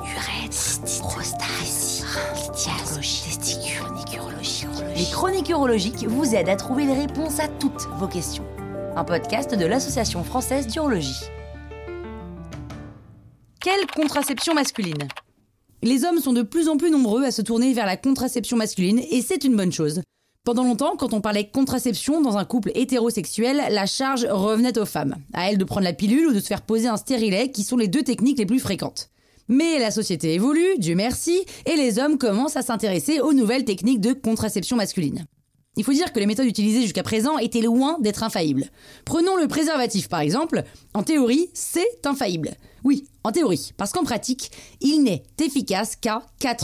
urètre, prostate, lithiase, testicules, Les chroniques urologiques vous aident à trouver les réponses à toutes vos questions. Un podcast de l'Association française d'urologie. Quelle contraception masculine ? Les hommes sont de plus en plus nombreux à se tourner vers la contraception masculine et c'est une bonne chose. Pendant longtemps, quand on parlait contraception dans un couple hétérosexuel, la charge revenait aux femmes. À elles de prendre la pilule ou de se faire poser un stérilet qui sont les deux techniques les plus fréquentes. Mais la société évolue, Dieu merci, et les hommes commencent à s'intéresser aux nouvelles techniques de contraception masculine. Il faut dire que les méthodes utilisées jusqu'à présent étaient loin d'être infaillibles. Prenons le préservatif par exemple. En théorie, c'est infaillible. Oui, en théorie, parce qu'en pratique, il n'est efficace qu'à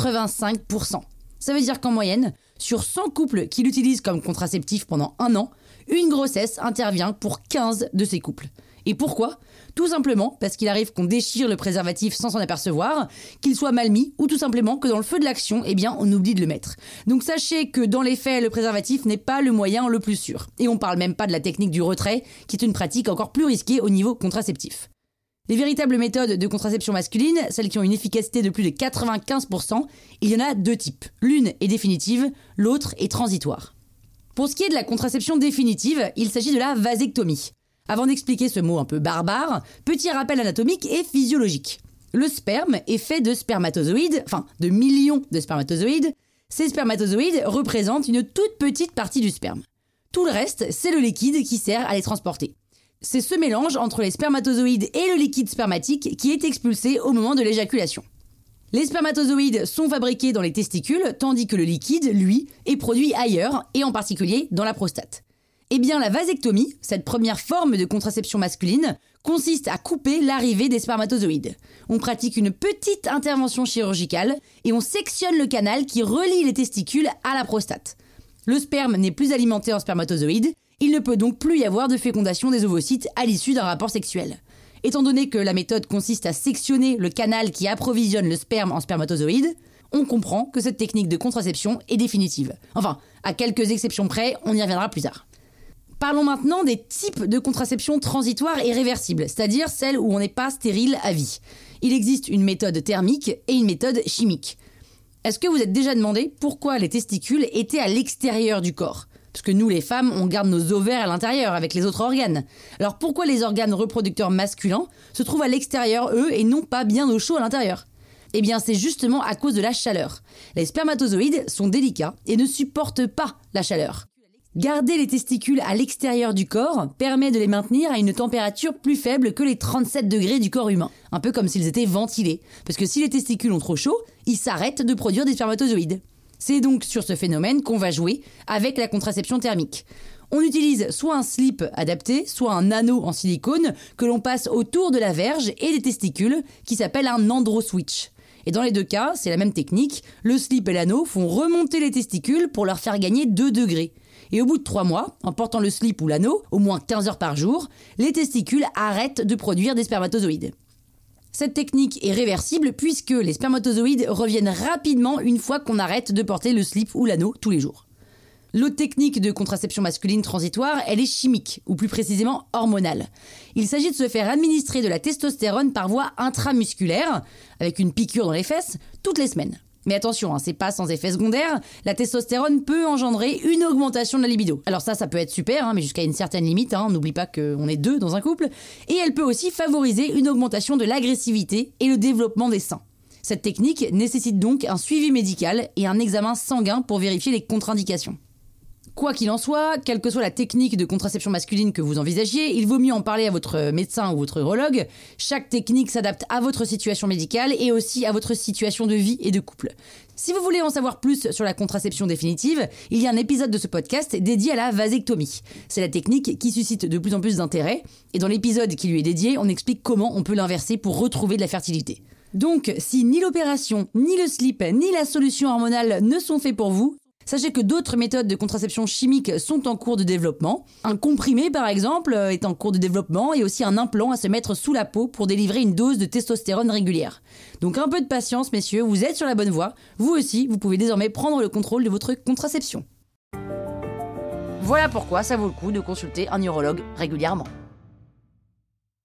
85%. Ça veut dire qu'en moyenne, sur 100 couples qui l'utilisent comme contraceptif pendant 1 an, une grossesse intervient pour 15 de ces couples. Et pourquoi ? Tout simplement parce qu'il arrive qu'on déchire le préservatif sans s'en apercevoir, qu'il soit mal mis, ou tout simplement que dans le feu de l'action, on oublie de le mettre. Donc sachez que dans les faits, le préservatif n'est pas le moyen le plus sûr. Et on parle même pas de la technique du retrait, qui est une pratique encore plus risquée au niveau contraceptif. Les véritables méthodes de contraception masculine, celles qui ont une efficacité de plus de 95%, il y en a 2 types. L'une est définitive, l'autre est transitoire. Pour ce qui est de la contraception définitive, il s'agit de la vasectomie. Avant d'expliquer ce mot un peu barbare, petit rappel anatomique et physiologique. Le sperme est fait de spermatozoïdes, de millions de spermatozoïdes. Ces spermatozoïdes représentent une toute petite partie du sperme. Tout le reste, c'est le liquide qui sert à les transporter. C'est ce mélange entre les spermatozoïdes et le liquide spermatique qui est expulsé au moment de l'éjaculation. Les spermatozoïdes sont fabriqués dans les testicules, tandis que le liquide, lui, est produit ailleurs, et en particulier dans la prostate. La vasectomie, cette première forme de contraception masculine, consiste à couper l'arrivée des spermatozoïdes. On pratique une petite intervention chirurgicale et on sectionne le canal qui relie les testicules à la prostate. Le sperme n'est plus alimenté en spermatozoïdes, il ne peut donc plus y avoir de fécondation des ovocytes à l'issue d'un rapport sexuel. Étant donné que la méthode consiste à sectionner le canal qui approvisionne le sperme en spermatozoïdes, on comprend que cette technique de contraception est définitive. À quelques exceptions près, on y reviendra plus tard. Parlons maintenant des types de contraception transitoire et réversible, c'est-à-dire celle où on n'est pas stérile à vie. Il existe une méthode thermique et une méthode chimique. Est-ce que vous êtes déjà demandé pourquoi les testicules étaient à l'extérieur du corps ? Parce que nous, les femmes, on garde nos ovaires à l'intérieur avec les autres organes. Alors pourquoi les organes reproducteurs masculins se trouvent à l'extérieur, eux, et non pas bien au chaud à l'intérieur ? C'est justement à cause de la chaleur. Les spermatozoïdes sont délicats et ne supportent pas la chaleur. Garder les testicules à l'extérieur du corps permet de les maintenir à une température plus faible que les 37 degrés du corps humain. Un peu comme s'ils étaient ventilés. Parce que si les testicules ont trop chaud, ils s'arrêtent de produire des spermatozoïdes. C'est donc sur ce phénomène qu'on va jouer avec la contraception thermique. On utilise soit un slip adapté, soit un anneau en silicone que l'on passe autour de la verge et des testicules, qui s'appelle un androswitch. Et dans les 2 cas, c'est la même technique. Le slip et l'anneau font remonter les testicules pour leur faire gagner 2 degrés. Et au bout de 3 mois, en portant le slip ou l'anneau, au moins 15 heures par jour, les testicules arrêtent de produire des spermatozoïdes. Cette technique est réversible puisque les spermatozoïdes reviennent rapidement une fois qu'on arrête de porter le slip ou l'anneau tous les jours. L'autre technique de contraception masculine transitoire, elle est chimique, ou plus précisément hormonale. Il s'agit de se faire administrer de la testostérone par voie intramusculaire, avec une piqûre dans les fesses, toutes les semaines. Mais attention, c'est pas sans effet secondaire, la testostérone peut engendrer une augmentation de la libido. Alors ça peut être super, mais jusqu'à une certaine limite, n'oublie pas qu'on est 2 dans un couple. Et elle peut aussi favoriser une augmentation de l'agressivité et le développement des seins. Cette technique nécessite donc un suivi médical et un examen sanguin pour vérifier les contre-indications. Quoi qu'il en soit, quelle que soit la technique de contraception masculine que vous envisagiez, il vaut mieux en parler à votre médecin ou votre urologue. Chaque technique s'adapte à votre situation médicale et aussi à votre situation de vie et de couple. Si vous voulez en savoir plus sur la contraception définitive, il y a un épisode de ce podcast dédié à la vasectomie. C'est la technique qui suscite de plus en plus d'intérêt, et dans l'épisode qui lui est dédié, on explique comment on peut l'inverser pour retrouver de la fertilité. Donc, si ni l'opération, ni le slip, ni la solution hormonale ne sont faits pour vous, sachez que d'autres méthodes de contraception chimique sont en cours de développement. Un comprimé, par exemple, est en cours de développement et aussi un implant à se mettre sous la peau pour délivrer une dose de testostérone régulière. Donc un peu de patience, messieurs, vous êtes sur la bonne voie. Vous aussi, vous pouvez désormais prendre le contrôle de votre contraception. Voilà pourquoi ça vaut le coup de consulter un urologue régulièrement.